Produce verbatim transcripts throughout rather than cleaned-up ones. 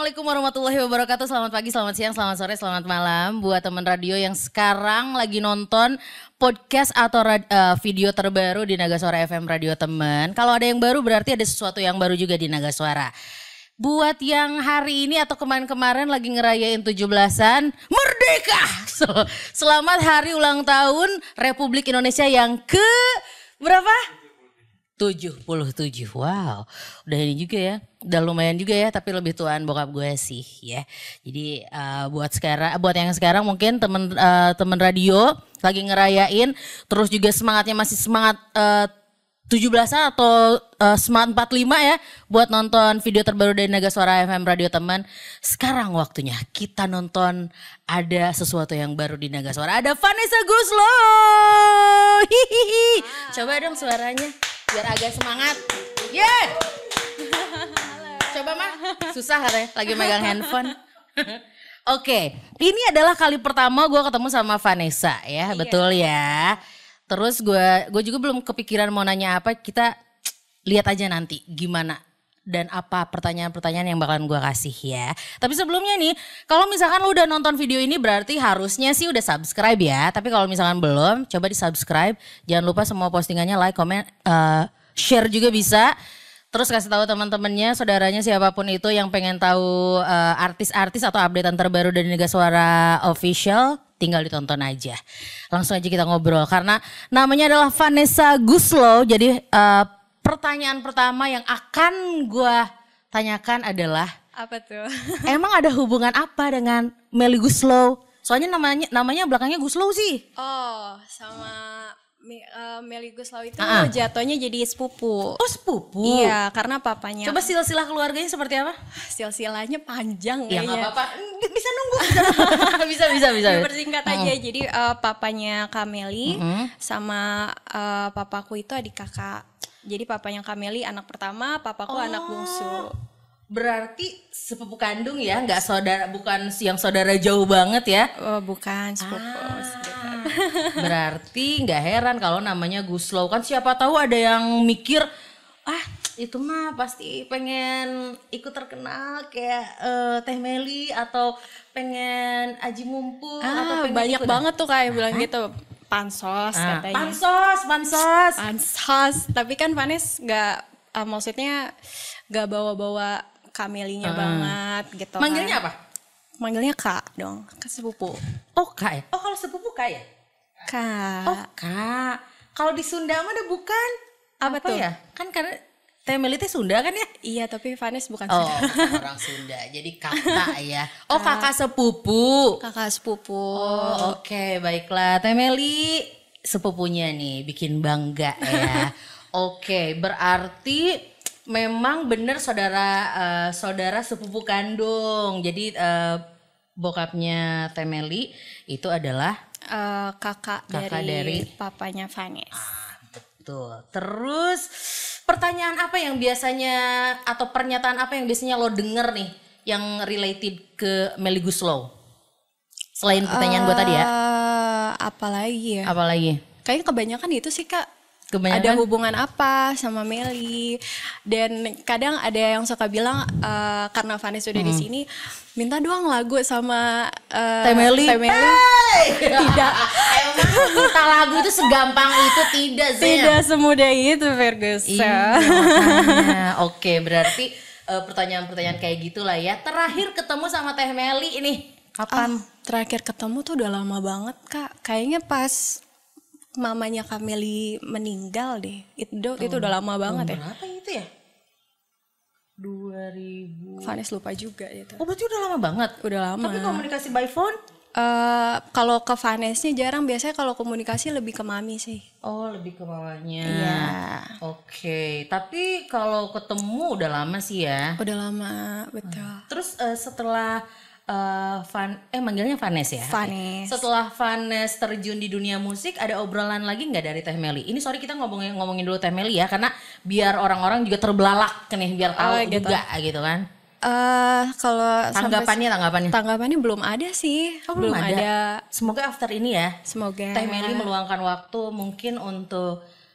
Assalamualaikum warahmatullahi wabarakatuh. Selamat pagi, selamat siang, selamat sore, selamat malam buat teman radio yang sekarang lagi nonton podcast atau uh, video terbaru di Nagasuara F M Radio Teman. Kalau ada yang baru berarti ada sesuatu yang baru juga di Nagasuara. Buat yang hari ini atau kemarin-kemarin lagi ngerayain tujuh belasan Merdeka. So, selamat hari ulang tahun Republik Indonesia yang ke berapa? tujuh puluh tujuh. Wow. Udah ini juga ya. Udah lumayan juga ya, tapi lebih tuaan bokap gue sih ya. Jadi uh, buat sekarang buat yang sekarang mungkin temen uh, temen radio lagi ngerayain terus juga semangatnya masih semangat uh, tujuh belasan atau uh, semangat empat puluh lima ya buat nonton video terbaru dari Nagasuara F M Radio Teman. Sekarang waktunya kita nonton ada sesuatu yang baru di Nagasuara. Ada Vanessa Guslow. Hihihi. Coba dong suaranya biar agak semangat. Yeah. Coba mah susah katanya lagi megang handphone. Oke, okay. Ini adalah kali pertama gue ketemu sama Vanessa ya, iya. Betul ya. Terus gue gue juga belum kepikiran mau nanya apa, kita lihat aja nanti gimana dan apa pertanyaan-pertanyaan yang bakalan gue kasih ya. Tapi sebelumnya nih, kalau misalkan lu udah nonton video ini berarti harusnya sih udah subscribe ya. Tapi kalau misalkan belum, coba di subscribe. Jangan lupa semua postingannya like, comment, uh, share juga bisa. Terus kasih tahu teman-temannya, saudaranya siapapun itu yang pengen tahu uh, artis-artis atau updatean terbaru dari Nagasuara Official, tinggal ditonton aja. Langsung aja kita ngobrol karena namanya adalah Vanessa Guslow. Jadi uh, pertanyaan pertama yang akan gue tanyakan adalah apa tuh? Emang ada hubungan apa dengan Melly Guslow? Soalnya namanya namanya belakangnya Guslow sih. Oh, sama Uh, Melly Guslow itu uh-uh. jatuhnya jadi sepupu. Oh sepupu? Iya, karena papanya. Coba silsilah keluarganya seperti apa? Silsilahnya panjang ya. Ya gak apa-apa, bisa nunggu. bisa, bisa, bisa. Persingkat uh-uh. aja, jadi uh, papanya Kak Melly uh-uh. sama uh, papaku itu adik kakak. Jadi papanya Kak Melly anak pertama, papaku oh. anak bungsu. Berarti sepupu kandung ya, nggak saudara, bukan yang saudara jauh banget ya? Oh, bukan sepupu. Ah, berarti nggak heran kalau namanya Guslow, kan siapa tahu ada yang mikir, ah itu mah pasti pengen ikut terkenal kayak uh, Teh Melly atau pengen Aji Mumpung ah, atau pengen banyak ikut banget tuh kayak bilang gitu. Pansos ah, katanya. Pansos, pansos. Pansos, tapi kan Vanes nggak, uh, maksudnya nggak bawa-bawa Kak Melly-nya hmm. banget gitu. Manggilnya kan. apa? Manggilnya Kak dong, Kak sepupu. Oh Kak ya? Oh kalau sepupu Kak ya? Kak. Oh Kak. Kalau di Sunda mah ada bukan? Apa, apa tuh? Ya? Kan karena Teh Melly teh Sunda kan ya? Iya tapi Vanes bukan oh, Sunda. Oh bukan orang Sunda, jadi kakak ya. Oh Kak. Kakak sepupu. Kakak sepupu. Oh oke okay, baiklah. Teh Melly sepupunya nih, bikin bangga ya. Oke okay, berarti memang bener saudara uh, saudara sepupu kandung. Jadi uh, bokapnya Teh Melly itu adalah uh, kakak, kakak dari, dari papanya Vanes. Ah, betul. Terus pertanyaan apa yang biasanya atau pernyataan apa yang biasanya lo denger nih yang related ke Melly Guslow? Selain pertanyaan uh, gue tadi ya. Apalagi ya? Apalagi? Kayaknya kebanyakan itu sih Kak. Kebanyakan? Ada hubungan apa sama Melly, dan kadang ada yang suka bilang uh, karena Vanes sudah hmm. di sini minta doang lagu sama uh, Teh Melly. Teh Melly. Hey! Tidak. Emang minta lagu itu segampang itu tidak sih? Tidak semudah itu Ferguson. Iya, oke berarti uh, pertanyaan-pertanyaan kayak gitulah ya. Terakhir ketemu sama Teh Melly ini kapan? Oh, terakhir ketemu tuh udah lama banget Kak. Kayaknya pas mamanya Kak Melly meninggal deh. Itu itu udah lama banget ya. Berapa itu ya? dua ribu. Vanes lupa juga itu. Oh berarti udah lama banget? Udah lama. Tapi komunikasi by phone? Uh, kalau ke Vanesnya jarang, biasanya kalau komunikasi lebih ke mami sih. Oh lebih ke mamanya. Iya. Oke, okay. Tapi kalau ketemu udah lama sih ya? Udah lama, betul. Hmm. Terus uh, setelah Uh, Van, eh manggilnya Vanes ya? Vanes. Setelah Vanes terjun di dunia musik, ada obrolan lagi nggak dari Teh Melly? Ini sorry kita ngomongin ngomongin dulu Teh Melly ya, karena biar orang-orang juga terbelalak nih, biar tahu oh, gitu. juga gitu kan? Uh, kalau tanggapannya tanggapannya tanggapannya belum ada sih. Oh, belum, belum ada. ada. Semoga after ini ya. Semoga. Teh Melly meluangkan waktu mungkin untuk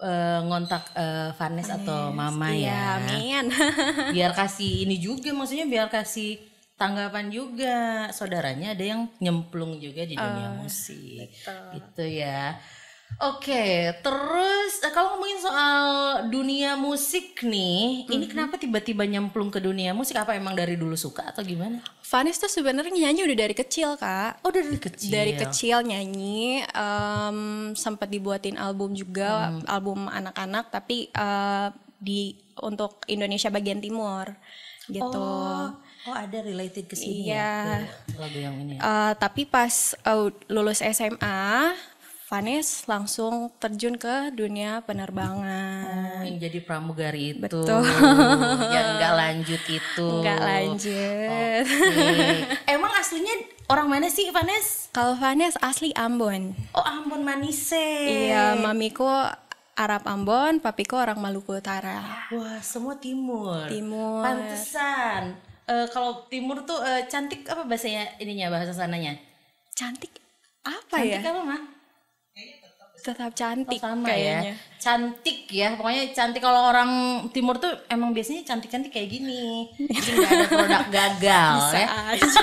uh, ngontak uh, Vanes atau Mama iya, ya. Amin. Biar kasih ini juga, maksudnya biar kasih tanggapan juga. Saudaranya ada yang nyemplung juga di dunia uh, musik. Betul. Gitu ya. Oke, terus kalau ngomongin soal dunia musik nih, mm-hmm. ini kenapa tiba-tiba nyemplung ke dunia musik? Apa emang dari dulu suka atau gimana? Vanes tuh sebenarnya nyanyi udah dari kecil, Kak. Oh, dari kecil. Dari kecil nyanyi, um, sempat dibuatin album juga, mm. album anak-anak, tapi uh, di untuk Indonesia bagian timur, gitu. Oh, oh ada related ke sini iya. ya, ke lagu yang ini. Uh, tapi pas uh, lulus S M A, Vanes langsung terjun ke dunia penerbangan. Oh, yang jadi pramugari itu. Betul. Yang nggak lanjut itu. Nggak lanjut. Okay. Emang aslinya orang mana sih Vanes? Kalau Vanes asli Ambon. Oh, Ambon Manise. Iya, mamiku Arab Ambon, papiku orang Maluku Utara. Wah, semua timur. Timur. Pantesan. Uh, kalau timur tuh uh, cantik apa bahasanya ininya, bahasa sananya? Cantik apa cantik ya? Cantik apa, Mah? Tetap cantik oh, sama kayaknya. Ya. Cantik ya, pokoknya cantik. Kalau orang timur tuh emang biasanya cantik-cantik kayak gini. Jadi gak ada produk gagal. Bisa ya. aja.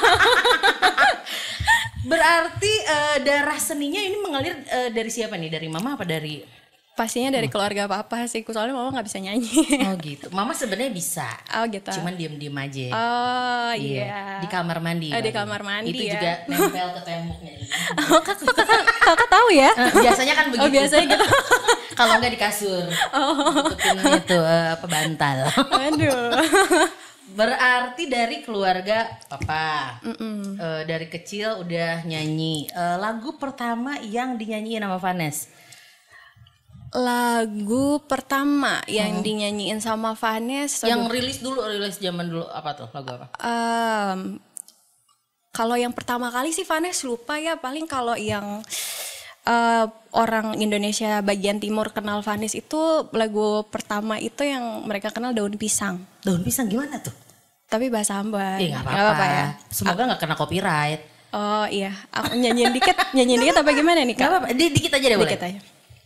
Berarti uh, darah seninya ini mengalir uh, dari siapa nih? Dari mama apa dari? Pastinya dari keluarga papa sih, soalnya mama nggak bisa nyanyi. Oh gitu. Mama sebenarnya bisa. Oh gitu. Cuman diem-diem aja. Oh iya. Yeah. Di kamar mandi. Oh, di kamar mandi. Itu ya. juga nempel ke temboknya. Oh kakak, kakak, kakak tahu ya? Biasanya kan begitu. Oh biasanya gitu. Kalau nggak di kasur. Oh. Tutupin itu uh, apa bantal. Aduh. Berarti dari keluarga papa. Uh, dari kecil udah nyanyi. Uh, lagu pertama yang dinyanyiin sama Vanes? Lagu pertama yang hmm. dinyanyiin sama Vanes yang rilis dulu rilis zaman dulu apa tuh lagu apa? Um, kalau yang pertama kali sih Vanes lupa ya, paling kalau yang uh, orang Indonesia bagian timur kenal Vanes itu lagu pertama itu yang mereka kenal Daun Pisang. Daun Pisang gimana tuh? Tapi bahasa Ambon. Iya nggak apa-apa ya. Semoga nggak kena copyright. Oh iya, aku nyanyiin dikit, nyanyiin dikit apa gimana nih Kak? Gak apa-apa, di, dikit aja deh boleh. Dikit aja.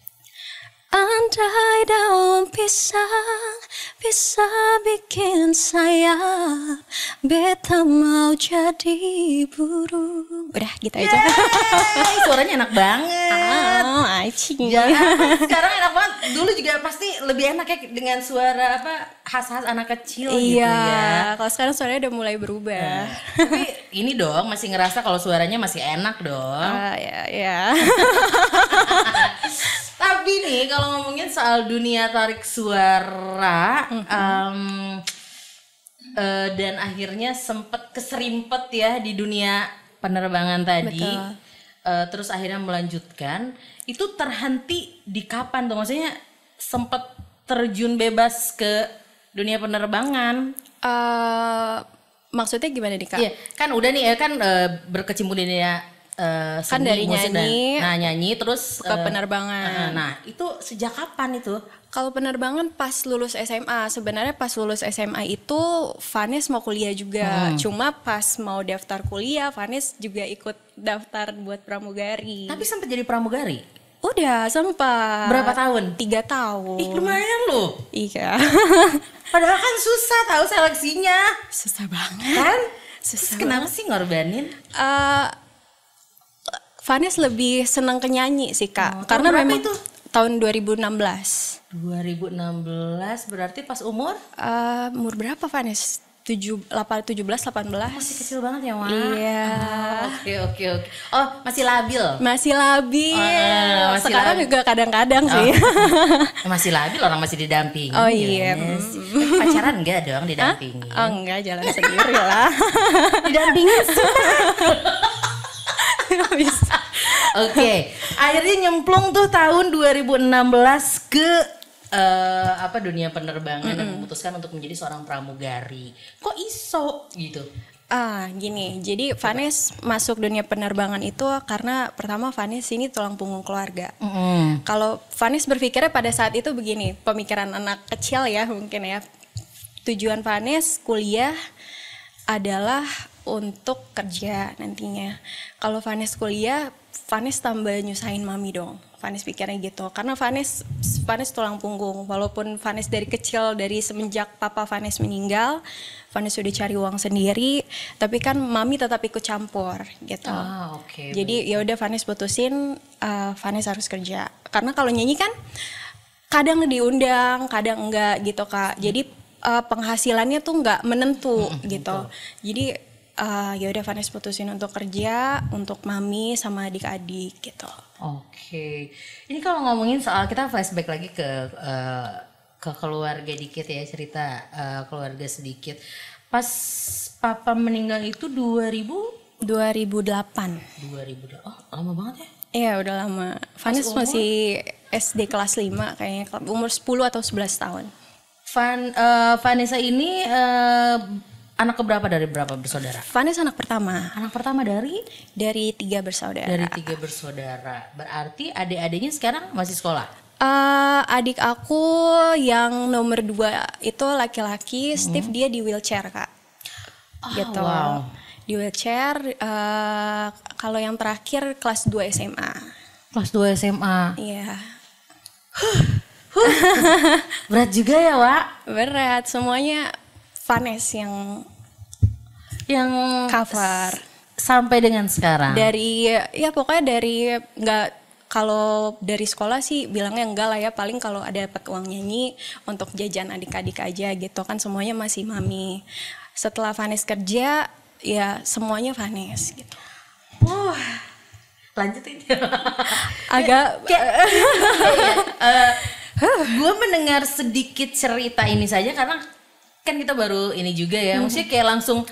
Andai daun pisang bisa bikin saya beta mau jadi burung. Udah gitu aja. Yeay, suaranya enak banget. Oh, acing. Ya, sekarang enak banget. Dulu juga pasti lebih enak ya dengan suara apa khas-khas anak kecil iya, gitu ya. Kalau sekarang suaranya udah mulai berubah. Nah, tapi ini dong masih ngerasa kalau suaranya masih enak dong. Ah, ya, ya. Tapi nih kalau ngomongin soal dunia tarik suara mm-hmm. um, uh, dan akhirnya sempet keserimpet ya di dunia penerbangan tadi, uh, terus akhirnya melanjutkan, itu terhenti di kapan tuh? Maksudnya sempet terjun bebas ke dunia penerbangan? Uh, maksudnya gimana nih Kak? Iya, kan udah nih ya kan uh, berkecimpung di dunia Uh, kan dari nyanyi, dan, nah nyanyi terus ke uh, penerbangan. Uh, nah itu sejak kapan itu? Kalau penerbangan pas lulus S M A. Sebenarnya pas lulus S M A itu Vanes mau kuliah juga. Hmm. Cuma pas mau daftar kuliah, Vanes juga ikut daftar buat pramugari. Tapi sempat jadi pramugari? Udah sempat. Berapa tahun? Tiga tahun. Ih lumayan loh. Iya. Padahal kan susah tahu seleksinya. Susah banget. Kan? Susah. Kenapa banget sih ngorbanin? Uh, Vanes lebih senang ke nyanyi sih Kak, oh, karena memang itu? Tahun dua ribu enam belas. dua ribu enam belas berarti pas umur? Uh, umur berapa Vanes? tujuh belas, delapan belas. Masih kecil banget ya Wak? Iya. Oke oke oke. Oh masih labil? Masih labil. Oh, uh, masih Sekarang labil. Juga kadang-kadang oh. sih. Masih labil, orang masih didampingi. Oh iya. Yes. Mm. Pacaran enggak dong didampingi? Hah? Oh enggak, jalan sendiri lah. Didampingi bisa. Oke, okay. Akhirnya nyemplung tuh tahun dua ribu enam belas ke uh, apa dunia penerbangan mm-hmm. dan memutuskan untuk menjadi seorang pramugari. Kok iso gitu? Ah, gini. Jadi Vanes masuk dunia penerbangan itu karena pertama Vanes ini tulang punggung keluarga. Mm-hmm. Kalau Vanes berpikirnya pada saat itu begini, pemikiran anak kecil ya mungkin ya. Tujuan Vanes kuliah adalah untuk kerja nantinya. Kalau Vanes kuliah, Vanes tambah nyusahin mami dong. Vanes pikirnya gitu. Karena Vanes Vanes tulang punggung. Walaupun Vanes dari kecil, dari semenjak papa Vanes meninggal, Vanes sudah cari uang sendiri, tapi kan mami tetap ikut campur gitu. Ah, oke. Okay, jadi ya udah Vanes putusin uh, Vanes harus kerja. Karena kalau nyanyi kan kadang diundang, kadang enggak gitu Kak. Jadi uh, penghasilannya tuh enggak menentu gitu. Jadi Uh, ya udah Vanes putusin untuk kerja untuk mami sama adik-adik gitu. Oke, okay. Ini kalau ngomongin soal kita flashback lagi ke uh, ke keluarga dikit ya, cerita uh, keluarga sedikit. Pas papa meninggal itu dua ribu dua ribu delapan. dua ribu delapan. Oh, lama banget ya? Iya, udah lama. Vanes masih S D kelas lima kayaknya, umur sepuluh atau sebelas tahun. Van uh, Vanessa ini uh, anak keberapa dari berapa bersaudara? Vanes anak pertama. Anak pertama dari? Dari tiga bersaudara. Dari tiga bersaudara. Berarti adik-adiknya sekarang masih sekolah? Uh, adik aku yang nomor dua itu laki-laki, hmm. Steve dia di wheelchair Kak. Oh, gitu. Wow. Di wheelchair. Uh, kalau yang terakhir kelas dua S M A. Kelas dua S M A. Iya. Berat juga ya Wak? Berat. Semuanya Vanes yang yang cover sampai dengan sekarang. Dari ya pokoknya dari nggak, kalau dari sekolah sih bilangnya enggak lah ya, paling kalau ada dapat uang nyanyi untuk jajan adik-adik aja gitu kan, semuanya masih mami. Setelah Vanes kerja ya semuanya Vanes gitu. Wah, lanjutin. Agak uh, gue mendengar sedikit cerita ini saja karena kan kita baru ini juga ya, maksudnya kayak langsung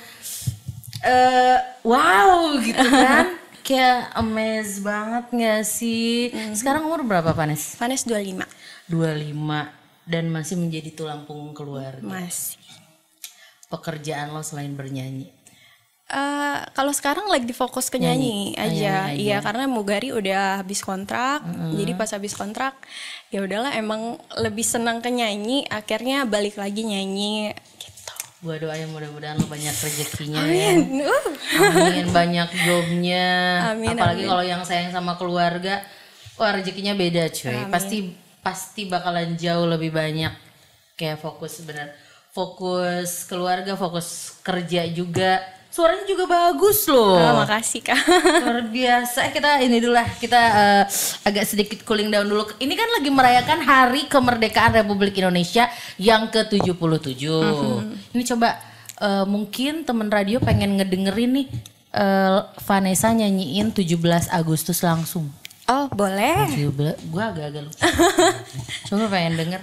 uh, wow gitu kan. Kayak amazed banget gak sih? Mm-hmm. Sekarang umur berapa Vanes? Vanes dua puluh lima. dua puluh lima dan masih menjadi tulang punggung keluarga. Masih. Pekerjaan lo selain bernyanyi? Uh, kalau sekarang lagi fokus ke nyanyi, nyanyi aja. Nyanyi aja. Iya, karena Mugari udah habis kontrak. Mm-hmm. Jadi pas habis kontrak, ya udahlah emang lebih senang ke nyanyi, akhirnya balik lagi nyanyi gitu. Gua doain mudah-mudahan lo banyak rezekinya. Amin. Ya. Amin, banyak jobnya. Amin, apalagi amin. Kalau yang sayang sama keluarga, wah rezekinya beda cuy. Amin. Pasti pasti bakalan jauh lebih banyak. Kayak fokus bener, fokus keluarga, fokus kerja juga. Suaranya juga bagus loh. Oh, makasih Kak. Luar biasa. Eh, kita ini dulu lah. Kita uh, agak sedikit cooling down dulu. Ini kan lagi merayakan Hari Kemerdekaan Republik Indonesia yang ke tujuh puluh tujuh. Mm-hmm. Ini coba uh, mungkin temen radio pengen ngedengerin nih uh, Vanessa nyanyiin tujuh belas Agustus langsung. Oh boleh. Gue agak-agak lupa. Coba pengen denger.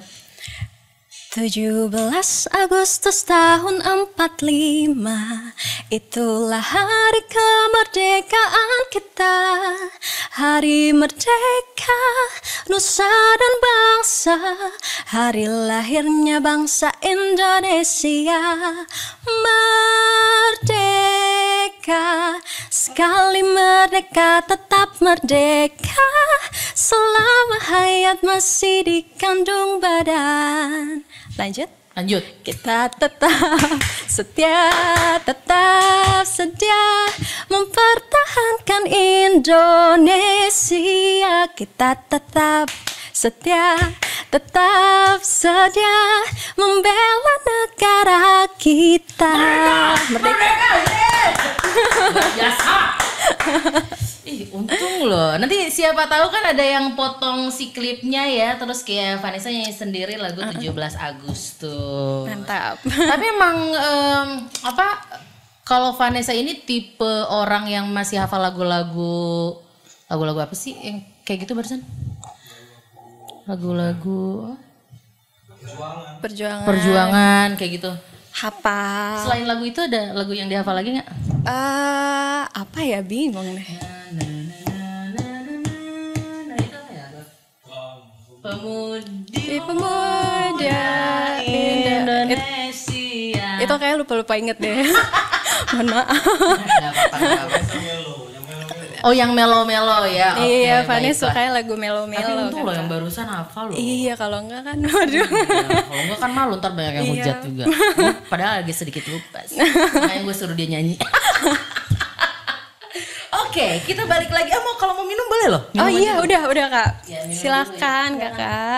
tujuh belas Agustus tahun empat puluh lima, itulah hari kemerdekaan kita. Hari merdeka, nusa dan bangsa, hari lahirnya bangsa Indonesia. Merdeka, sekali merdeka tetap merdeka, selama hayat masih di kandung badan. Lanjut? Lanjut. Kita tetap setia, tetap sedia mempertahankan Indonesia. Kita tetap setia, tetap sedia membela negara kita. Merdeka! Merdeka! Biasa! Ih, untung loh. Nanti siapa tahu kan ada yang potong si klipnya ya, terus kayak Vanessa nyanyi sendiri lagu tujuh belas Agustus. Mantap. Tapi emang um, apa kalau Vanessa ini tipe orang yang masih hafal lagu-lagu lagu-lagu apa sih yang kayak gitu barusan? Lagu-lagu perjuangan. Perjuangan. Perjuangan kayak gitu. Hafal. Selain lagu itu ada lagu yang dihafal lagi nggak? Uh, apa ya, bingung deh. Pemudi pemuda Indonesia. It, itu kayak lupa-lupa inget deh. Mohon maaf. Oh, yang melo-melo ya. Okay, iya, Vanessa suka lagu melo-melo. Tapi untung loh yang barusan hafal loh. Iya, kalau enggak kan waduh. Ya, kalau enggak kan malu, ntar banyak yang hujat iya. juga. Gue padahal lagi sedikit lupa sih. Makanya gue suruh dia nyanyi. Oke, Oke, kita balik lagi. Ah, mau kalau mau minum boleh loh. Oh Minum iya, aja. udah, udah Kak. Ya, minum Silakan dulu ya. Kakak.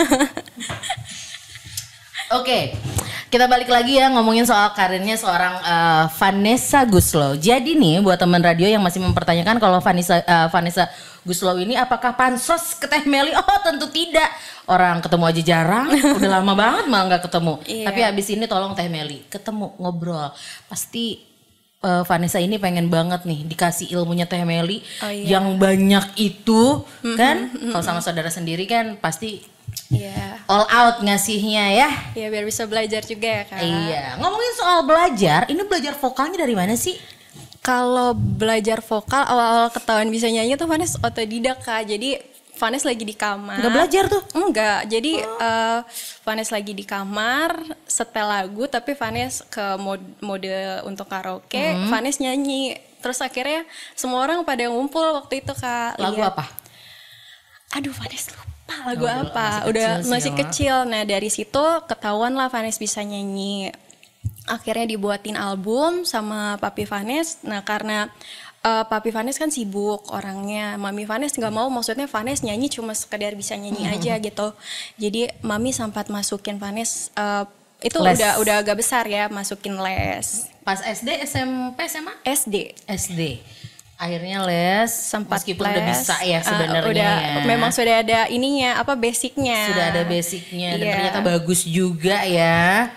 Oke, kita balik lagi ya ngomongin soal karirnya seorang uh, Vanessa Guslow. Jadi nih buat teman radio yang masih mempertanyakan kalau Vanessa uh, Vanessa Guslow ini apakah pansos ke Teh Meli? Oh tentu tidak. Orang ketemu aja jarang, udah lama banget malah nggak ketemu. Iya. Tapi abis ini tolong Teh Meli ketemu ngobrol. Pasti uh, Vanessa ini pengen banget nih dikasih ilmunya Teh Meli Oh, iya. yang banyak itu kan. Kalau sama saudara sendiri kan pasti Iya. all out ngasihnya ya. Ya biar bisa belajar juga ya Kak. Iya, ngomongin soal belajar, ini belajar vokalnya dari mana sih? Kalau belajar vokal awal-awal ketahuan bisa nyanyi tuh Vanes otodidak Kak. Jadi Vanes lagi di kamar. Nggak belajar tuh? Enggak. Jadi eh, Vanes lagi di kamar setel lagu tapi Vanes ke mode, mode untuk karaoke, Hmm. Vanes nyanyi. Terus akhirnya semua orang pada ngumpul waktu itu Kak. Lagu Lihat. apa? Aduh Vanes lupa lagu Oh, dulu apa. masih Udah kecil sih, masih ya. kecil. Nah dari situ ketahuan lah Vanes bisa nyanyi. Akhirnya dibuatin album sama Papi Vanes. Nah karena uh, Papi Vanes kan sibuk orangnya. Mami Vanes nggak mau, maksudnya Vanes nyanyi cuma sekedar bisa nyanyi aja gitu. Jadi Mami sempat masukin Vanes uh, itu Les. udah udah agak besar ya, masukin les Pas S D, S M P, S M A? S D. S D. Akhirnya les, Sempat meskipun les. udah bisa ya Uh, sebenarnya udah, ya. memang sudah ada ininya, apa basicnya. Sudah ada basicnya dan Iya. ternyata bagus juga ya.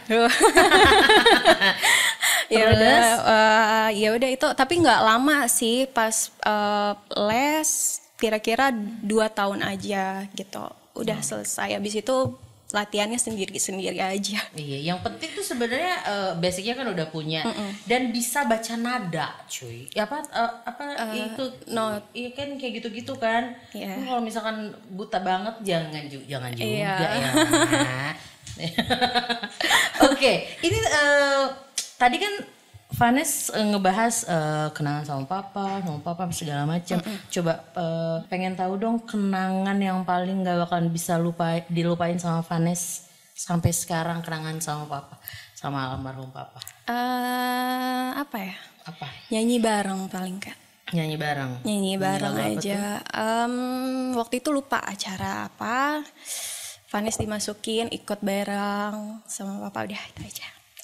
Ya Terus? udah, eh, ya udah itu, tapi nggak lama sih pas eh, les, kira-kira dua tahun aja gitu, udah Hmm. selesai. Habis itu latihannya sendiri-sendiri aja. Iya, yang penting tuh sebenarnya eh, basicnya kan udah punya dan bisa baca nada, cuy. Ya apa eh, apa itu note. Iya kan kayak gitu-gitu kan. Iya. Kan kalau misalkan buta banget jangan ju- jangan juga Iya. ya. Nah. Oke, ini eh, tadi kan Vanes eh, ngebahas eh, kenangan sama papa, sama papa segala macam. Coba eh, pengen tahu dong kenangan yang paling gak bakalan bisa lupa dilupain sama Vanes sampai sekarang, kenangan sama papa, sama almarhum papa. Eh, apa ya? Apa? Nyanyi bareng paling Kak. Nyanyi bareng. Nyanyi bareng lagu apa aja. Em, waktu itu lupa acara apa. Vanes dimasukin ikut bareng sama papa, udah itu aja.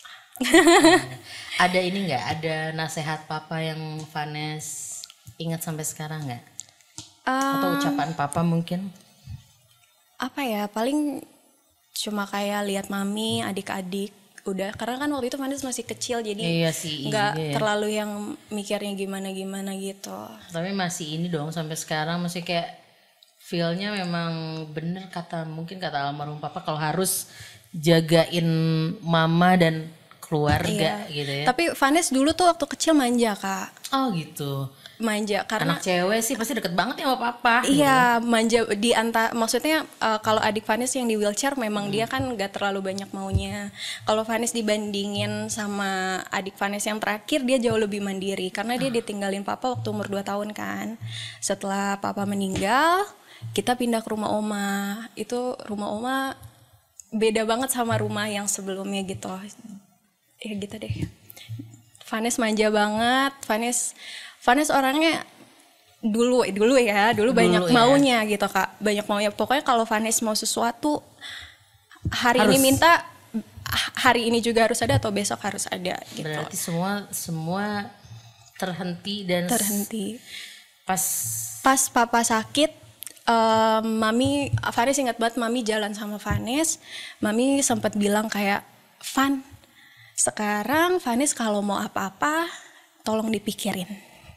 Ada ini nggak? Ada nasihat papa yang Vanes ingat sampai sekarang nggak? Atau Em, ucapan papa mungkin? apa ya, paling cuma kayak lihat mami, adik-adik udah, karena kan waktu itu Vanes masih kecil jadi Iya sih, nggak iya. terlalu yang mikirnya gimana-gimana gitu. Tapi masih ini dong sampai sekarang masih kayak feel-nya memang bener kata mungkin kata almarhum papa kalau harus jagain mama dan keluarga gitu ya. Tapi Vanes dulu tuh waktu kecil manja Kak, Oh gitu. manja karena Anak cewek sih pasti deket banget ya sama papa. iya manja di antara, maksudnya eh, kalau adik Vanes yang di wheelchair memang dia kan gak terlalu banyak maunya. Kalau Vanes dibandingin sama adik Vanes yang terakhir, dia jauh lebih mandiri karena dia ditinggalin papa waktu umur dua tahun kan. Setelah papa meninggal, kita pindah ke rumah oma. Itu rumah oma beda banget sama rumah yang sebelumnya gitu. Ya gitu deh. Vanes manja banget. Vanes Vanes orangnya dulu dulu ya, dulu, Dulu banyak ya. maunya gitu Kak. Banyak maunya. Pokoknya kalau Vanes mau sesuatu hari Harus. ini minta, hari ini juga harus ada atau besok harus ada gitu. Berarti semua semua terhenti dan Terhenti. pas Pas papa sakit, em, mami, Vanes ingat banget mami jalan sama Vanes. Mami sempat bilang kayak, Van, sekarang Vanes kalau mau apa-apa tolong dipikirin.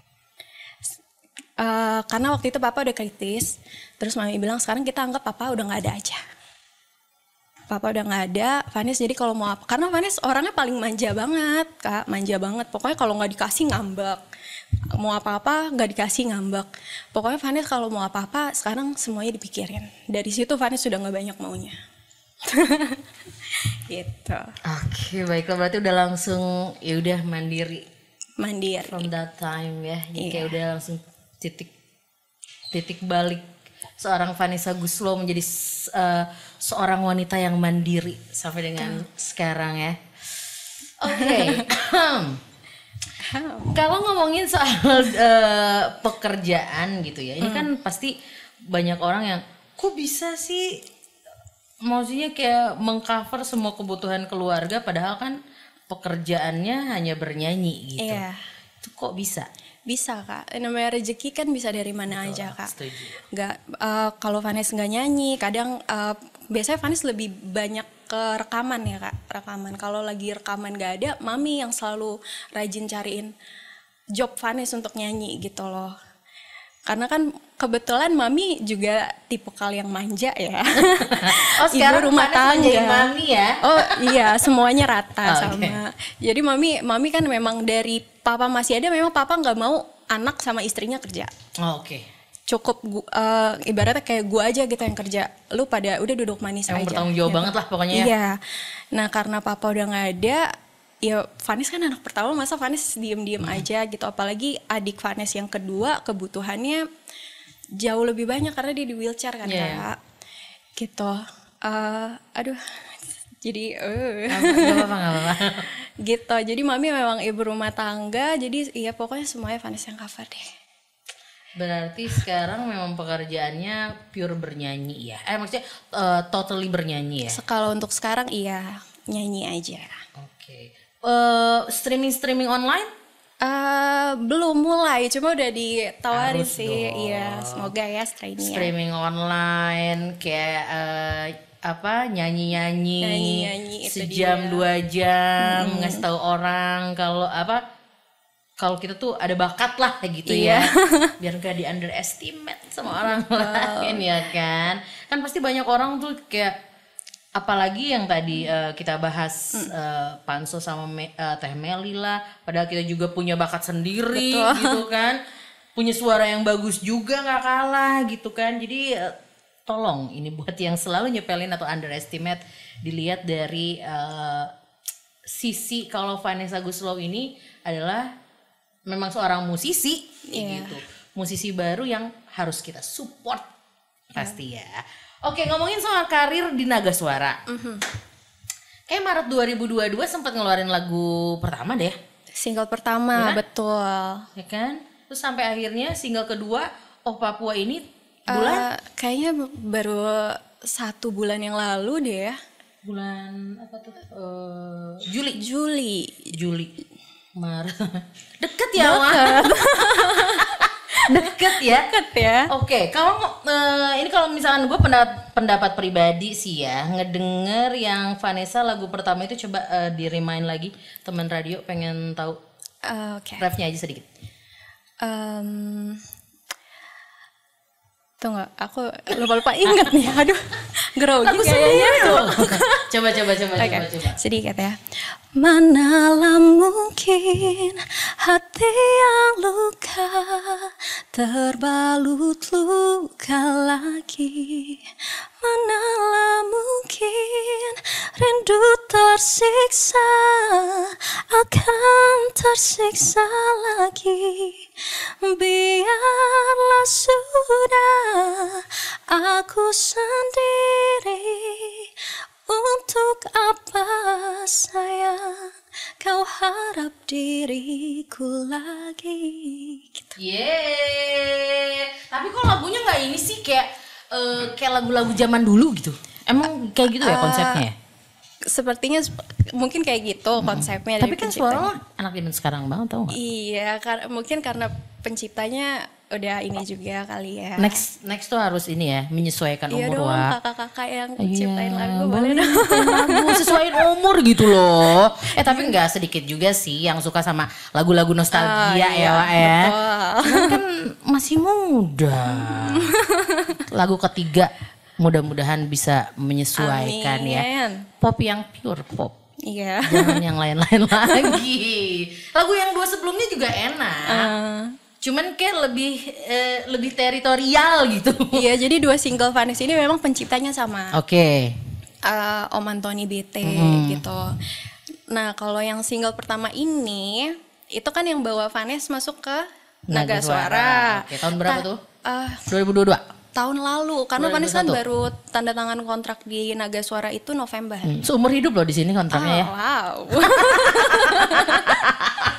Eh, karena waktu itu papa udah kritis, terus mami bilang sekarang kita anggap papa udah nggak ada aja. Papa udah nggak ada, Vanes jadi kalau mau apa, karena Vanes orangnya paling manja banget Kak, manja banget. Pokoknya kalau nggak dikasih ngambek, mau apa-apa nggak dikasih ngambek. Pokoknya Vanes kalau mau apa-apa sekarang semuanya dipikirin. Dari situ Vanes sudah nggak banyak maunya. Gitu, Oke, baiklah berarti udah langsung ya udah mandiri mandiri. from that time ya. Jadi Iya. kayak udah langsung titik titik balik seorang Vanessa Guslow menjadi uh, seorang wanita yang mandiri sampai dengan sekarang ya. Oke. Kalau ngomongin soal uh, pekerjaan gitu ya, ini hmm. kan pasti banyak orang yang kok bisa sih, maksudnya kayak mengcover semua kebutuhan keluarga, padahal kan pekerjaannya hanya bernyanyi gitu. Iya. Itu kok bisa? Bisa kak, namanya rezeki kan bisa dari mana Betul, aja kak. Setuju. Nggak, uh, kalau Vanes nggak nyanyi, kadang uh, biasanya Vanes lebih banyak ke rekaman ya kak, rekaman. Kalau lagi rekaman nggak ada, mami yang selalu rajin cariin job Vanes untuk nyanyi gitu loh. Karena kan kebetulan mami juga tipikal yang manja ya. Oh sekarang ibu rumah tangga. Mami ya? Oh iya, semuanya rata oh, sama. Okay. Jadi mami, mami kan memang dari papa masih ada, memang papa nggak mau anak sama istrinya kerja. Oh, Oke. Okay. Cukup uh, ibaratnya kayak gue aja gitu yang kerja. Lu pada udah duduk manis Emang aja. Bertanggung jawab gitu. banget lah pokoknya ya. Iya. Nah karena papa udah nggak ada, ya Vanes kan anak pertama, masa Vanes diem-diem hmm. aja gitu. Apalagi adik Vanes yang kedua kebutuhannya jauh lebih banyak karena dia di wheelchair kan yeah. kak. Gitu. Uh, aduh. Jadi uh. Gak apa-apa, gak apa-apa. Gitu. Jadi mami memang ibu rumah tangga. Jadi ya pokoknya semuanya Vanes yang cover deh. Berarti sekarang memang pekerjaannya pure bernyanyi ya? Eh maksudnya uh, totally bernyanyi ya? Kalau untuk sekarang iya, nyanyi aja. Oke. Okay. Uh, streaming-streaming online? Uh, belum mulai, cuma udah ditawarin Harus sih. dong. Iya, semoga ya streaming. Streaming online kayak uh, apa nyanyi-nyanyi, nyanyi-nyanyi sejam dua jam hmm. ngasih tahu orang kalau apa kalau kita tuh ada bakat lah gitu iya. ya, biar gak di underestimate sama orang lain ya kan. Kan pasti banyak orang tuh kayak, apalagi yang tadi uh, kita bahas mm. uh, Panso sama Me, uh, Teh Meli lah, padahal kita juga punya bakat sendiri. Betul. Gitu kan, punya suara yang bagus juga gak kalah gitu kan. Jadi uh, tolong ini buat yang selalu nyepelin atau underestimate, dilihat dari uh, sisi kalau Vanessa Guslow ini adalah memang seorang musisi yeah. gitu, musisi baru yang harus kita support yeah. pasti ya. Oke, ngomongin soal karir di Naga Suara, mm-hmm. kayak Maret dua ribu dua puluh dua sempat ngeluarin lagu pertama deh, single pertama, ya? Betul, ya kan? Terus sampai akhirnya single kedua Oh Papua ini bulan? Uh, kayaknya baru satu bulan yang lalu deh ya. Bulan apa tuh? Uh, Juli. Juli. Juli. Maret. Deket ya, Deket. Deket ya. Deket ya. Oke, okay. Kalau uh, ini kalau misalkan gue pendapat, pendapat pribadi sih ya, ngedenger yang Vanessa lagu pertama itu coba uh, di remind lagi teman radio, pengen tahu. Uh, Oke. Okay. Refnya aja sedikit. Um, Tuh nggak, aku lupa-lupa ingat nih, aduh, grogi kayaknya. Coba, coba, coba, okay. coba, coba. Sedikit ya. Manalah mungkin hati yang luka terbalut luka lagi. Manalah mungkin rindu tersiksa akan tersiksa lagi. Biarlah sudah aku sendiri. Untuk apa sayang kau harap diriku lagi gitu. Yeay. Tapi kok lagunya gak ini sih kayak uh, kayak lagu-lagu zaman dulu gitu. Emang kayak gitu ya konsepnya ya? Sepertinya mungkin kayak gitu konsepnya. Hmm. Tapi kan suara anak zaman sekarang banget, tau gak? Iya, kar- mungkin karena penciptanya udah ini juga kali ya. Next next tuh harus ini ya, menyesuaikan iya umur. Iya dong, kakak-kakak yang iya, ciptain lagu boleh dong. Lagu sesuaiin umur gitu loh. Eh tapi enggak sedikit juga sih yang suka sama lagu-lagu nostalgia oh, ya, iya, Wak ya. Betul. Kan masih muda. Lagu ketiga mudah-mudahan bisa menyesuaikan. Amin. Ya. Pop yang pure pop. Iya. Jangan yang lain-lain lagi. Lagu yang dua sebelumnya juga enak. Uh. Cuman kayak lebih eh, lebih teritorial gitu. Iya, jadi dua single Vanessa ini memang penciptanya sama. Oke. Okay. Uh, Om Antoni B T hmm. gitu. Nah, kalau yang single pertama ini itu kan yang bawa Vanessa masuk ke Naga, Naga Suara. Suara. Oke, tahun berapa Ta- tuh? Uh, dua ribu dua puluh dua. Tahun lalu, karena Vanessa kan baru tanda tangan kontrak di Naga Suara itu November. Hmm. Seumur hidup loh di sini kontraknya oh, ya. Wow.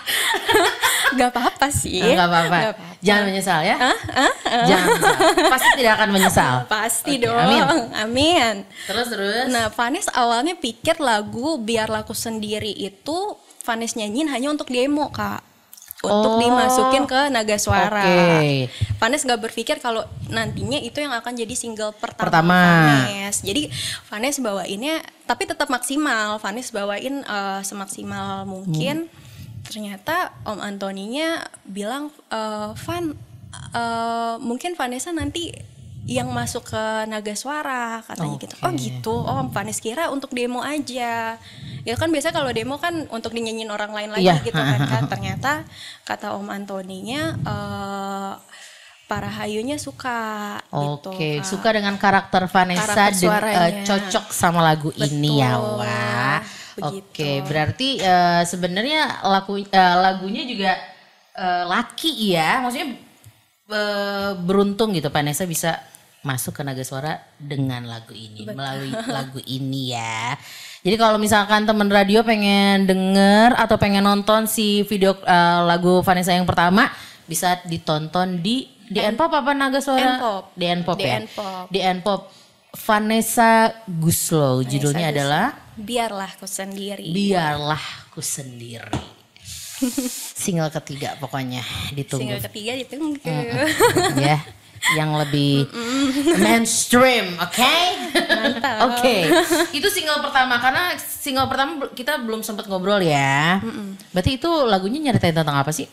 Gak apa-apa sih. Enggak apa-apa. Gak apa-apa. Jangan menyesal ya. Hah? Hah? Jangan menyesal. Pasti tidak akan menyesal. Pasti Oke, dong. amin. Amin. Terus terus. Nah, Vanes awalnya pikir lagu Biar Laku Sendiri itu Vanes nyanyiin hanya untuk demo, Kak. Untuk Oh. dimasukin ke Naga Suara. Oke. Vanes gak berpikir kalau nantinya itu yang akan jadi single pertama, Pertama. Vanes. Jadi Vanes bawainnya, tapi tetap maksimal. Vanes bawain uh, semaksimal mungkin. Hmm. Ternyata Om Antoninya bilang, uh, Van, uh, mungkin Vanessa nanti yang masuk ke Naga Suara, katanya. Okay. Gitu. Oh gitu. Oh, Vanes kira untuk demo aja. Ya kan biasa kalau demo kan untuk dinyanyiin orang lain lagi, yeah. gitu kan, Kak. Ternyata kata Om Antoninya uh, para hayunya suka. Oke, okay. Gitu, suka dengan karakter Vanessa karakter dan uh, cocok sama lagu Betul. ini ya, Wak. Oke, okay. Berarti uh, sebenarnya lagu uh, lagunya juga uh, laki ya, maksudnya uh, beruntung gitu Vanessa bisa masuk ke Naga Suara dengan lagu ini, betul. Melalui lagu ini ya. Jadi kalau misalkan temen radio pengen denger atau pengen nonton si video uh, lagu Vanessa yang pertama, bisa ditonton di di N-Pop apa Naga Suara? N-Pop. Di N-Pop ya. N-Pop. Di N-Pop. Vanessa Guslow, Vanessa judulnya Gus- adalah Biarlah Ku Sendiri. Biarlah Ku Sendiri. Single ketiga pokoknya ditunggu. Single ketiga ditunggu. Mm-mm. Ya. Yang lebih mainstream, oke? Okay? Mantap. Oke, okay. Itu single pertama karena single pertama kita belum sempat ngobrol ya. Mm-mm. Berarti itu lagunya nyeritain tentang apa sih?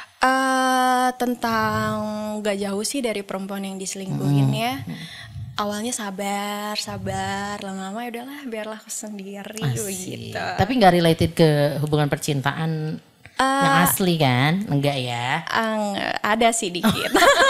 Uh, tentang gak jauh sih dari perempuan yang diselingkuhin mm. ya. Awalnya sabar, sabar, lama-lama ya udahlah biarlah aku sendiri gitu. Tapi nggak related ke hubungan percintaan. Uh, yang asli kan? Enggak ya? Uh, ada sih dikit.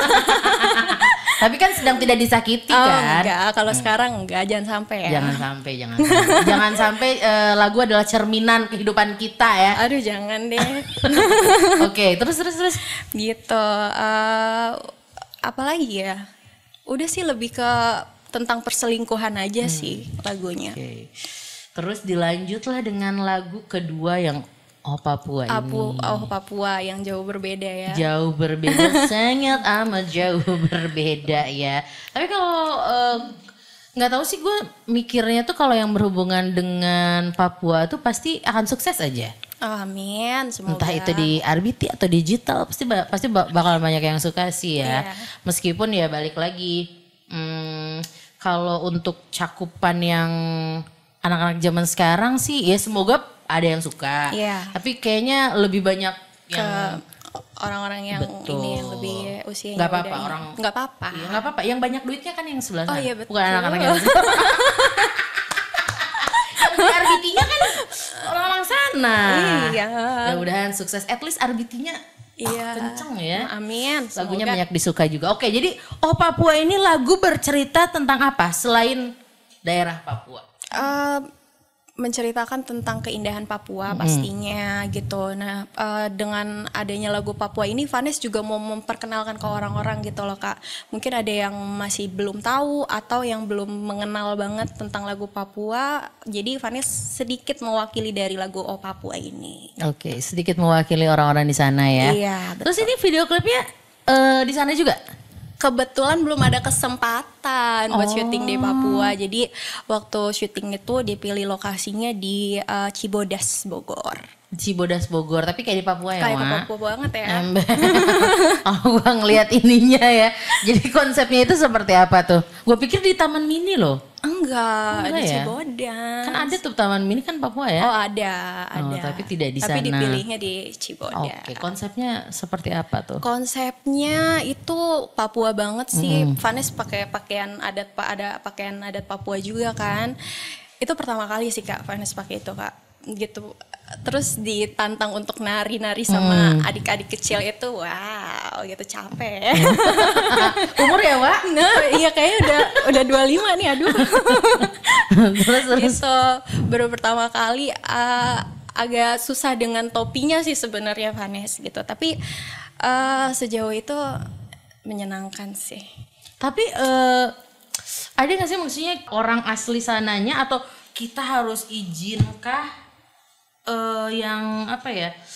Tapi kan sedang tidak disakiti oh, kan? Enggak, kalau hmm. sekarang enggak, jangan sampai ya. Jangan sampai, jangan sampai. Jangan sampai uh, lagu adalah cerminan kehidupan kita ya. Aduh jangan deh. Oke, okay, terus terus terus. Gitu. Uh, apalagi ya? Udah sih lebih ke tentang perselingkuhan aja hmm. sih lagunya. Okay. Terus dilanjutlah dengan lagu kedua yang Oh Papua Apu, ini. Oh Papua yang jauh berbeda ya. Jauh berbeda, sangat amat jauh berbeda ya. Tapi kalau nggak uh, tahu sih gue mikirnya tuh kalau yang berhubungan dengan Papua tuh pasti akan sukses aja. Oh, amin, semoga. Entah itu di R B T atau digital pasti pasti bakal banyak yang suka sih ya. Yeah. Meskipun ya balik lagi, hmm, kalau untuk cakupan yang anak-anak zaman sekarang sih ya semoga ada yang suka, yeah. Tapi kayaknya lebih banyak yang ke orang-orang yang betul. Ini yang lebih usianya nggak apa-apa orang nggak apa-apa, iya, nggak apa-apa. Yang banyak duitnya kan yang sebelah sana, oh, iya, betul. Bukan anak-anak yang yang R B T-nya kan orang-orang sana. Iya. Mudah-mudahan sukses. At least R B T-nya iya. Oh, kenceng ya. Amin. Lagunya semoga. Banyak disuka juga. Oke, jadi Oh Papua ini lagu bercerita tentang apa selain daerah Papua? Uh, menceritakan tentang keindahan Papua pastinya hmm. gitu. Nah uh, dengan adanya lagu Papua ini Vanes juga mau memperkenalkan ke orang-orang gitu loh Kak. Mungkin ada yang masih belum tahu atau yang belum mengenal banget tentang lagu Papua. Jadi Vanes sedikit mewakili dari lagu Oh Papua ini. Oke, sedikit mewakili orang-orang di sana ya. Iya. Betul. Terus ini video klipnya uh, di sana juga? Kebetulan belum ada kesempatan buat oh. syuting di Papua. Jadi waktu syuting itu dipilih lokasinya di uh, Cibodas, Bogor. Cibodas, Bogor. Tapi kayak di Papua ya, kayak Ma? Kayak Papua banget ya. Oh, gua ngeliat ininya ya. Jadi konsepnya itu seperti apa tuh? Gue pikir di Taman Mini loh. Enggak, Enggak di ya? Cibodas. Kan ada tuh Taman Mini kan Papua ya? Oh ada, ada. Oh, tapi tidak di tapi sana. Tapi dipilihnya di Cibodas. Oke, konsepnya seperti apa tuh? Konsepnya itu Papua banget sih. Mm. Vanes pakai pakaian adat, ada pakaian adat Papua juga kan. Itu pertama kali sih Kak Vanes pakai itu Kak. Gitu. Terus ditantang untuk nari-nari sama hmm. adik-adik kecil itu, wow, gitu capek. Umur ya, Wak? Nah, iya kayaknya udah udah dua puluh lima nih, aduh. Terus terus. Gitu, baru pertama kali uh, agak susah dengan topinya sih sebenarnya Vanes gitu. Tapi uh, sejauh itu menyenangkan sih. Tapi uh, ada nggak sih maksudnya orang asli sananya atau kita harus izinkah? Uh, yang apa ya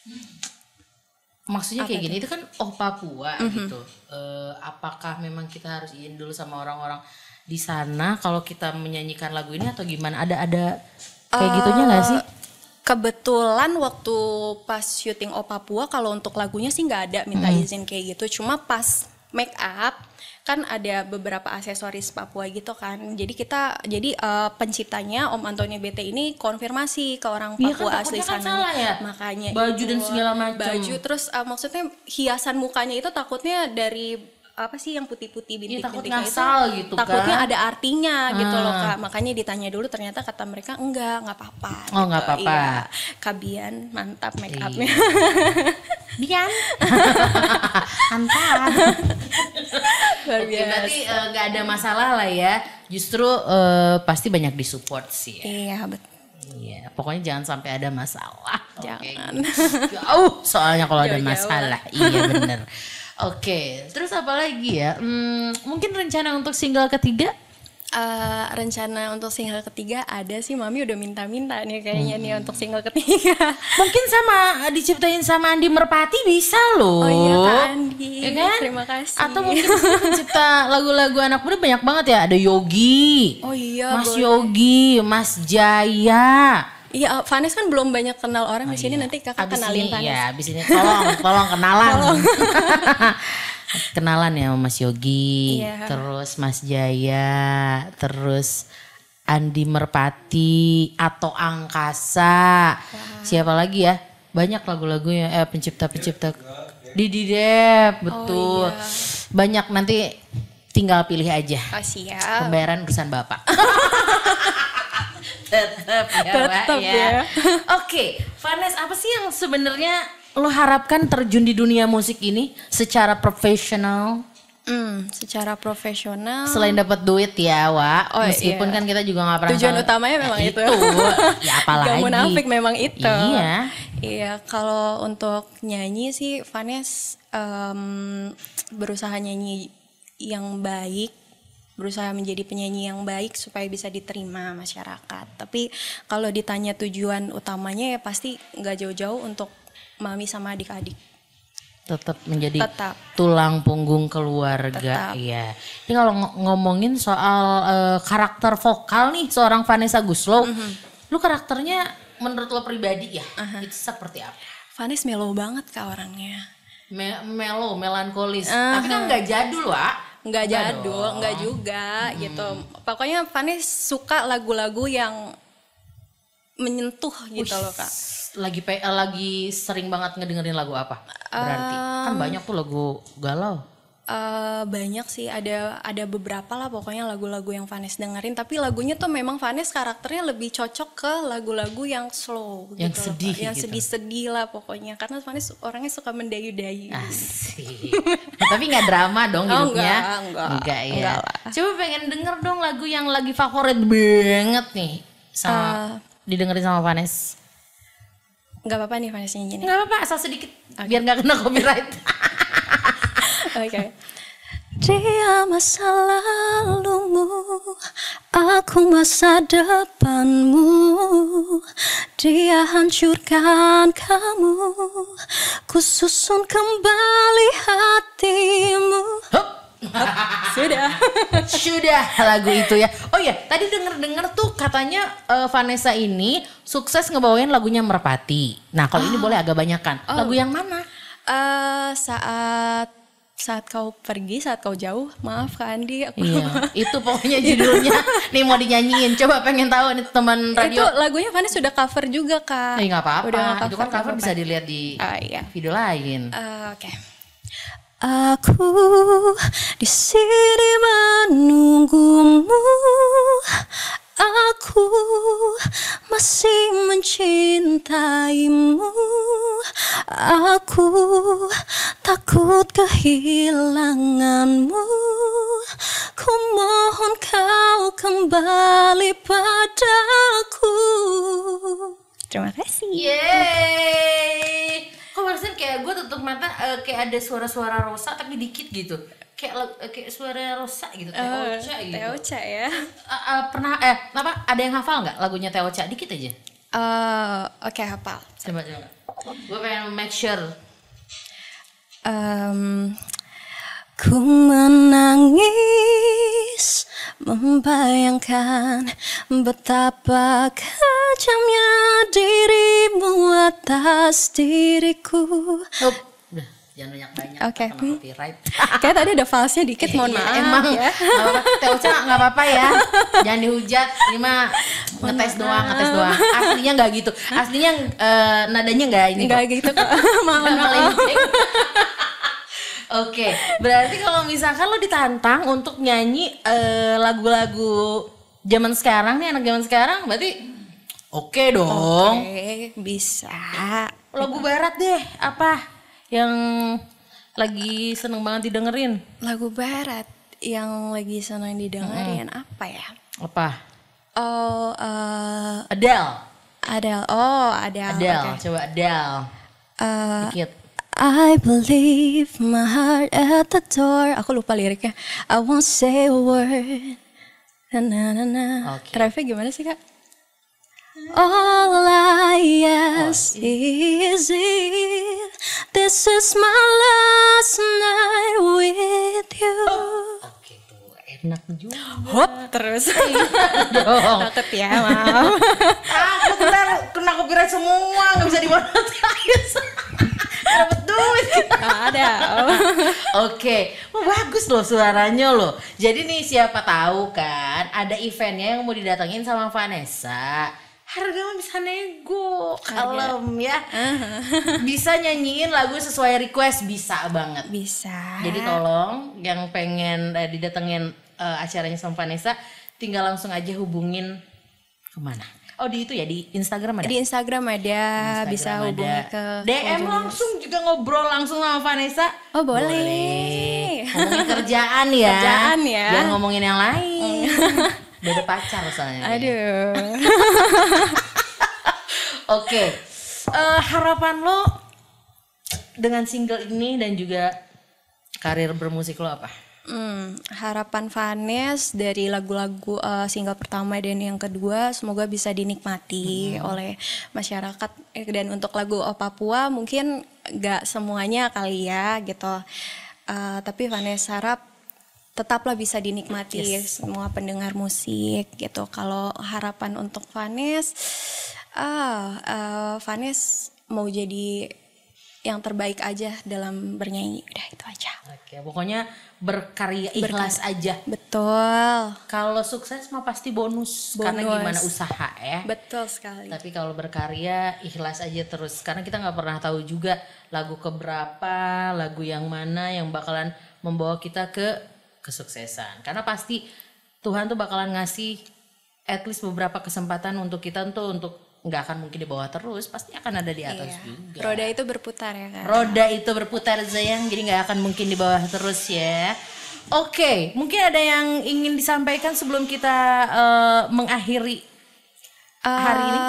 Maksudnya kayak Apa gini, itu kan oh Papua Mhm. gitu. Eh, apakah memang kita harus izin dulu sama orang-orang di sana kalau kita menyanyikan lagu ini atau gimana? Ada ada kayak gitunya nggak sih? Kebetulan waktu pas syuting O Papua kalau untuk lagunya sih nggak ada minta izin kayak gitu. Cuma pas make up kan ada beberapa aksesoris Papua gitu kan. Jadi kita jadi eh, penciptanya Om Antonio B T ini konfirmasi ke orang Iya kan, Papua takutnya asli kan sana. salah ya? Makanya Baju itu. dan segala macam. Baju terus eh, maksudnya hiasan mukanya itu takutnya dari apa sih yang putih-putih Iya, takut bintik-bintiknya itu ngasal gitu kan. takutnya ada artinya gitu loh Ah. Kak. Makanya ditanya dulu ternyata kata mereka enggak, nggak apa-apa. Oh, nggak apa-apa. Iya. Kabian mantap make upnya. Bian. Mantap. Luar Oke, biasa. berarti eh, nggak ada masalah lah ya. Justru eh, pasti banyak disupport sih ya. Iya betul. Iya, pokoknya jangan sampai ada masalah. Oke, Jangan. gitu. Jauh soalnya kalau ada Jauh-jauh masalah. Iya bener. Oke, terus apa lagi ya? Hmm, mungkin rencana untuk single ketiga? Eh, rencana untuk single ketiga ada sih, Mami udah minta-minta nih kayaknya nih untuk single ketiga. Mungkin sama diciptain sama Andi Merpati bisa loh. Oh iya Kak Andi, Ya kan? terima kasih. Atau mungkin pencipta lagu-lagu anak muda banyak banget ya. Ada Yogi, Oh iya, Mas boleh. Yogi, Mas Jaya. Iya, Vanes kan belum banyak kenal orang di sini, nanti kakak Abis ini, kenalin Vanes. ya, abis ini tolong, tolong kenalan. Kenalan ya sama Mas Yogi, Iya. terus Mas Jaya, terus Andi Merpati atau Angkasa. Siapa lagi ya? Banyak lagu-lagunya, eh pencipta-pencipta. Didi Dep, betul. Oh, iya. Banyak, nanti tinggal pilih aja. Oh siap. Pembayaran urusan Bapak. Tetap ya, Tetap Mbak, ya. Oke, Vanes, apa sih yang sebenarnya lo harapkan terjun di dunia musik ini secara profesional? Hmm, secara profesional. Selain dapat duit ya, Wak. Oh, Meskipun iya. kan kita juga nggak pernah Tujuan tahu- utamanya memang Nah, itu. Ya apalagi. Gak munafik memang itu. Iya. Iya, kalau untuk nyanyi sih Vanes em, berusaha nyanyi yang baik, berusaha menjadi penyanyi yang baik supaya bisa diterima masyarakat. Tapi kalau ditanya tujuan utamanya ya pasti nggak jauh-jauh untuk Mami sama adik-adik. Tetap menjadi Tetap. tulang punggung keluarga. Tetap. Iya. Ini kalau ng- ngomongin soal eh, karakter vokal nih seorang Vanessa Guslow, Mhm. lu karakternya menurut lo pribadi ya, itu seperti apa? Vanes mellow banget Kak orangnya. Me- melo, melankolis. Tapi kan nggak jadul, Wak. Nggak Nggak jadul, dong. nggak juga gitu. Pokoknya Vanes suka lagu-lagu yang menyentuh gitu loh Kak. Lagi pe- eh, lagi sering banget ngedengerin lagu apa? Berarti kan banyak tuh lagu galau. Eh, banyak sih, ada ada beberapa lah pokoknya lagu-lagu yang Vanes dengerin. Tapi lagunya tuh memang Vanes karakternya lebih cocok ke lagu-lagu yang slow Yang gitu loh, sedih Kak. Yang gitu. sedih-sedih lah pokoknya. Karena Vanes orangnya suka mendayu-dayu. Asik. Tapi nggak drama dong Oh, hidupnya. enggak, enggak. Enggak ya. Enggak lah. Coba pengen denger dong lagu yang lagi favorit banget nih sama didengerin sama Vanes. Nggak apa-apa nih Vanes nyanyiin. Nggak apa-apa, asal sedikit biar nggak kena copyright. Oke. Dia masa lalumu, aku masa depanmu. Dia hancurkan kamu, ku susun kembali hatimu. Hup. Sudah. Sudah lagu itu ya. Oh iya, tadi denger-denger tuh katanya eh, Vanessa ini sukses ngebawain lagunya Merpati. Nah kalau ini boleh agak banyakan. Lagu yang mana? Eh, saat saat kau pergi, saat kau jauh, maaf Kak Andi, aku Iya, itu pokoknya judulnya. Nih mau dinyanyiin. Coba pengen tahu nih teman itu radio. lagunya Vanes sudah cover juga Kak. Eh nggak apa-apa. Udah nggak Itu kan nggak cover apa-apa. bisa dilihat di Ah, iya. video lain. Eh, Oke. Aku di sini menunggumu. Aku masih mencintaimu. Aku takut kehilanganmu. Ku mohon kau kembali padaku. Terima kasih. Yeay. Kok barusan kayak gue tutup mata eh, kayak ada suara-suara Rosa tapi dikit gitu. Kayak lag- eh, kayak suara Rosa gitu, Teocha gitu. Teocha ya. Eh, eh, pernah eh apa ada yang hafal nggak lagunya Teocha? Dikit aja. Eh, Oke hafal. Coba coba. Gue pengen make sure. Um, ku menangis membayangkan betapa kejamnya dirimu atas diriku. Oh, udah jangan banyak-banyak. Oke. Okay. Sama copyright. Kayak tadi ada falsnya dikit, mohon maaf. Emang ya. Gak apa-apa, Teoca gak apa-apa ya. Jangan dihujat, ini mah ngetes doang, ngetes doang. Aslinya gak gitu. Aslinya uh, nadanya gak ini Gak gitu kok. Mohon maaf. Oke, berarti kalau misalkan lo ditantang untuk nyanyi uh, lagu-lagu zaman sekarang nih, anak zaman sekarang, berarti oke okay dong. Oke, okay, bisa. Lagu barat deh, apa yang lagi seneng banget didengerin? Lagu barat yang lagi seneng didengerin hmm. apa ya? Apa? Oh, uh, Adele. Adele. Oh, Adele. Adele, okay. coba Adele. Uh, Dikit. I believe my heart at the door. Aku lupa liriknya. I won't say a word. Na na na na. Okay. Refnya gimana sih kak? All I ask oh, is if this is my last night with you. Oh, oke okay, tuh enak juga. Hop terus. Dong. Takut ya, maaf. Aku ntar kena copyright semua, nggak bisa dimonetize. Dapat duit nggak ada. Oke, oh, bagus loh suaranya loh. Jadi nih siapa tahu kan ada eventnya yang mau didatengin sama Vanessa. Harga mah bisa nego, kalem ya. Uh-huh. Bisa nyanyiin lagu sesuai request, bisa banget. Bisa. Jadi tolong yang pengen eh, didatengin uh, acaranya sama Vanessa, tinggal langsung aja hubungin kemana? Oh di itu ya, di Instagram ada? Di Instagram ada, Instagram bisa ada. Hubungi ke D M langsung juga ngobrol langsung sama Vanessa. Oh boleh, boleh. Ngomongin kerjaan ya. Kerjaan ya. Jangan ngomongin yang lain. Udah ada pacar soalnya. Aduh. Oke, okay. uh, harapan lo dengan single ini dan juga karir bermusik lo apa? Hmm, harapan Vanes dari lagu-lagu uh, single pertama dan yang kedua semoga bisa dinikmati hmm. oleh masyarakat. Dan untuk lagu O Papua mungkin gak semuanya kali ya gitu, uh, tapi Vanes harap tetaplah bisa dinikmati yes. semua pendengar musik gitu. Kalau harapan untuk Vanes, ah, uh, Vanes mau jadi yang terbaik aja dalam bernyanyi, udah itu aja. Oke, pokoknya berkarya ikhlas Berkar- aja. Betul. Kalau sukses mah pasti bonus, bonus karena gimana usaha ya. Betul sekali. Tapi kalau berkarya ikhlas aja terus, karena kita nggak pernah tahu juga lagu keberapa, lagu yang mana yang bakalan membawa kita ke kesuksesan. Karena pasti Tuhan tuh bakalan ngasih at least beberapa kesempatan untuk kita tuh untuk nggak akan mungkin di bawah terus, pasti akan ada di atas iya. juga. Roda itu berputar ya kan. Roda itu berputar sayang, jadi nggak akan mungkin di bawah terus ya. Oke, okay, mungkin ada yang ingin disampaikan sebelum kita uh, mengakhiri uh, hari ini?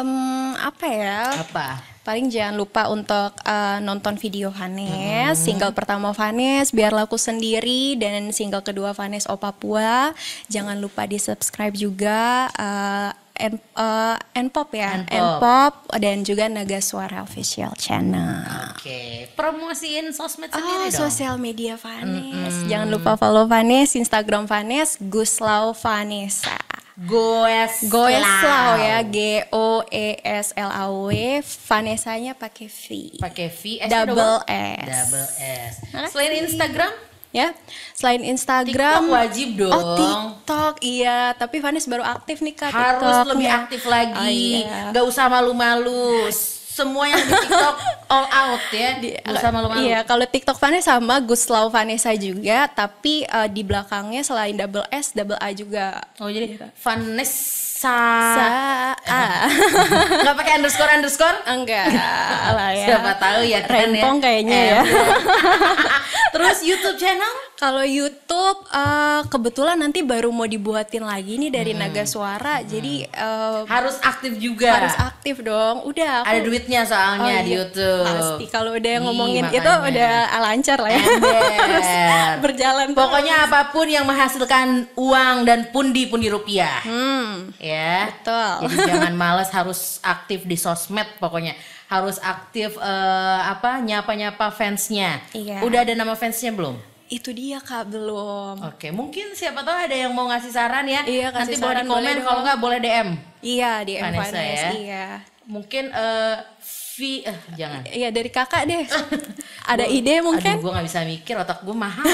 Apa ya? Apa? Paling jangan lupa untuk uh, nonton video Vanes, hmm. single pertama Vanes, Biarlah Aku Sendiri, dan single kedua Vanes O Papua. Jangan lupa di subscribe juga. Uh, En, uh, N-pop ya, N-pop. N-pop dan juga Naga Suara Official Channel. Oke, okay. Promosiin sosmed oh, sendiri dong. Sosial media Vanes. Mm-hmm. Jangan lupa follow Vanes, Instagram Vanes, Guslau Vanessa. Goes Goeslau ya, G O E S L A W. Vanessanya pakai V. Pakai V, S double S. Double S. Selain Instagram? Ya, selain Instagram TikTok wajib dong. Oh TikTok iya, tapi Vanes baru aktif nih Kak. Harus TikTok, lebih ya. aktif lagi, oh, iya. Gak usah malu-malu. Semua yang di TikTok all out ya, di, gak usah malu-malu. Iya, kalau TikTok Vanes sama Guslau Vanessa juga, tapi uh, di belakangnya selain double S, double A juga. Oh jadi gitu. Vanessa Sa A. Nggak pakai underscore underscore? Enggak lah ya. Siapa tahu ya. Rempong ya. kayaknya eh, ya. Terus YouTube channel? Kalau YouTube uh, kebetulan nanti baru mau dibuatin lagi nih dari hmm. Naga Suara. Hmm. Jadi uh, harus aktif juga. Harus aktif dong. Udah. Aku, ada duitnya soalnya oh, di iya. YouTube. Pasti kalau udah ngomongin Ih, itu udah lancar lah ya. Harus berjalan. Pokoknya terus. Apapun yang menghasilkan uang dan pundi-pundi rupiah. Hmm. Ya. Betul. Jadi jangan malas, harus aktif di sosmed pokoknya. Harus aktif uh, apa nyapa-nyapa fansnya. Iya. Udah ada nama fansnya belum? Itu dia Kak, belum. Oke, mungkin siapa tahu ada yang mau ngasih saran ya. Iya, kasih nanti boleh di komen, kalau nggak boleh D M. Iya, D M Vanessa, Vanessa ya. Iya. Mungkin uh, V eh jangan. Iya, dari Kakak deh. Ada gua, ide mungkin? Aduh, gue nggak bisa mikir, otak gue mahal.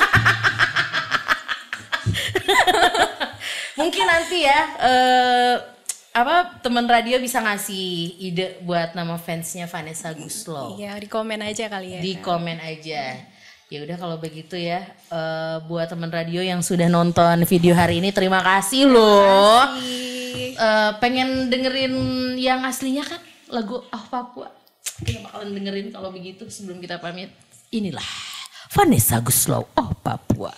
Mungkin nanti ya uh, apa teman radio bisa ngasih ide buat nama fansnya Vanessa Guslow. Iya, di komen aja kali ya. Di komen aja. Ya udah kalau begitu ya, uh, buat teman radio yang sudah nonton video hari ini, terima kasih loh. Terima kasih. Uh, pengen dengerin yang aslinya kan, lagu Oh Papua. Kita bakalan dengerin kalau begitu sebelum kita pamit. Inilah Vanessa Guslow, Oh Papua.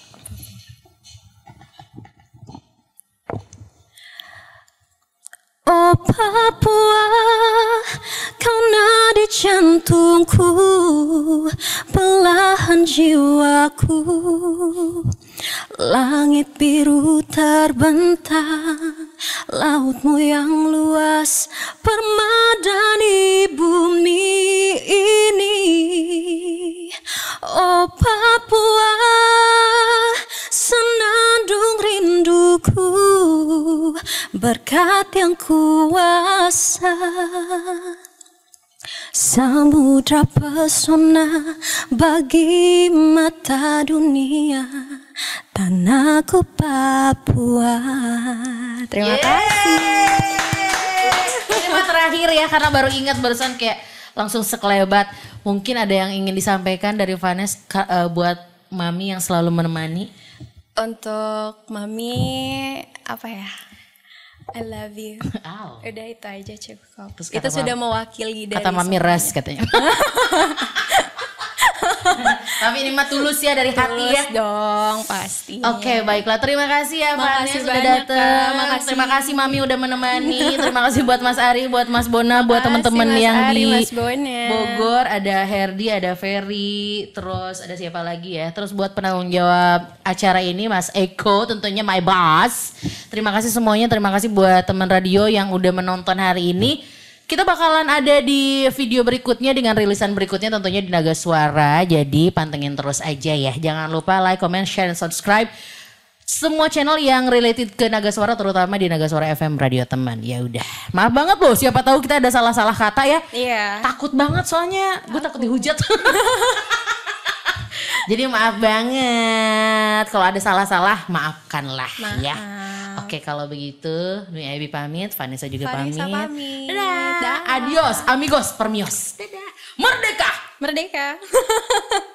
Oh Papua, kau nadi jantungku, belahan jiwaku. Langit biru terbentang, lautmu yang luas permadani bumi ini. Oh Papua, senandung rinduku, berkat yang kuasa. Samudra pesona bagi mata dunia, tanahku Papua. Terima Yeay. kasih. Ini mah terakhir ya, karena baru ingat barusan kayak langsung sekelebat. Mungkin ada yang ingin disampaikan dari Vanessa uh, buat Mami yang selalu menemani. Untuk Mami apa ya? I love you. Oh. Udah itu aja cukup. Terus itu sudah mewakili dari kata Mami res katanya. Tapi ini mah tulus ya dari tulus hati ya. Dong pasti. Oke okay, baiklah, terima kasih ya Vanessa sudah datang. Terima kasih Mami udah menemani. Terima kasih buat Mas Ari, buat Mas Bona, buat teman-teman yang Ari, di Bona. Bogor. Ada Herdi, ada Ferry, terus ada siapa lagi ya. Terus buat penanggung jawab acara ini Mas Eko, tentunya my boss. Terima kasih semuanya. Terima kasih buat teman radio yang udah menonton hari ini. Kita bakalan ada di video berikutnya dengan rilisan berikutnya tentunya di Naga Suara. Jadi pantengin terus aja ya. Jangan lupa like, comment, share, dan subscribe semua channel yang related ke Naga Suara, terutama di Naga Suara F M Radio Teman. Ya udah. Maaf banget loh, siapa tahu kita ada salah-salah kata ya. Iya. Takut banget soalnya, gue takut dihujat. Jadi maaf banget. Kalau ada salah-salah, maafkanlah Maaf. ya. Oke, kalau begitu Nui Aibi pamit, Vanessa juga Vanessa pamit. pamit. Dadah. Dadah. Adios, amigos, permios. Dadah. Merdeka. Merdeka.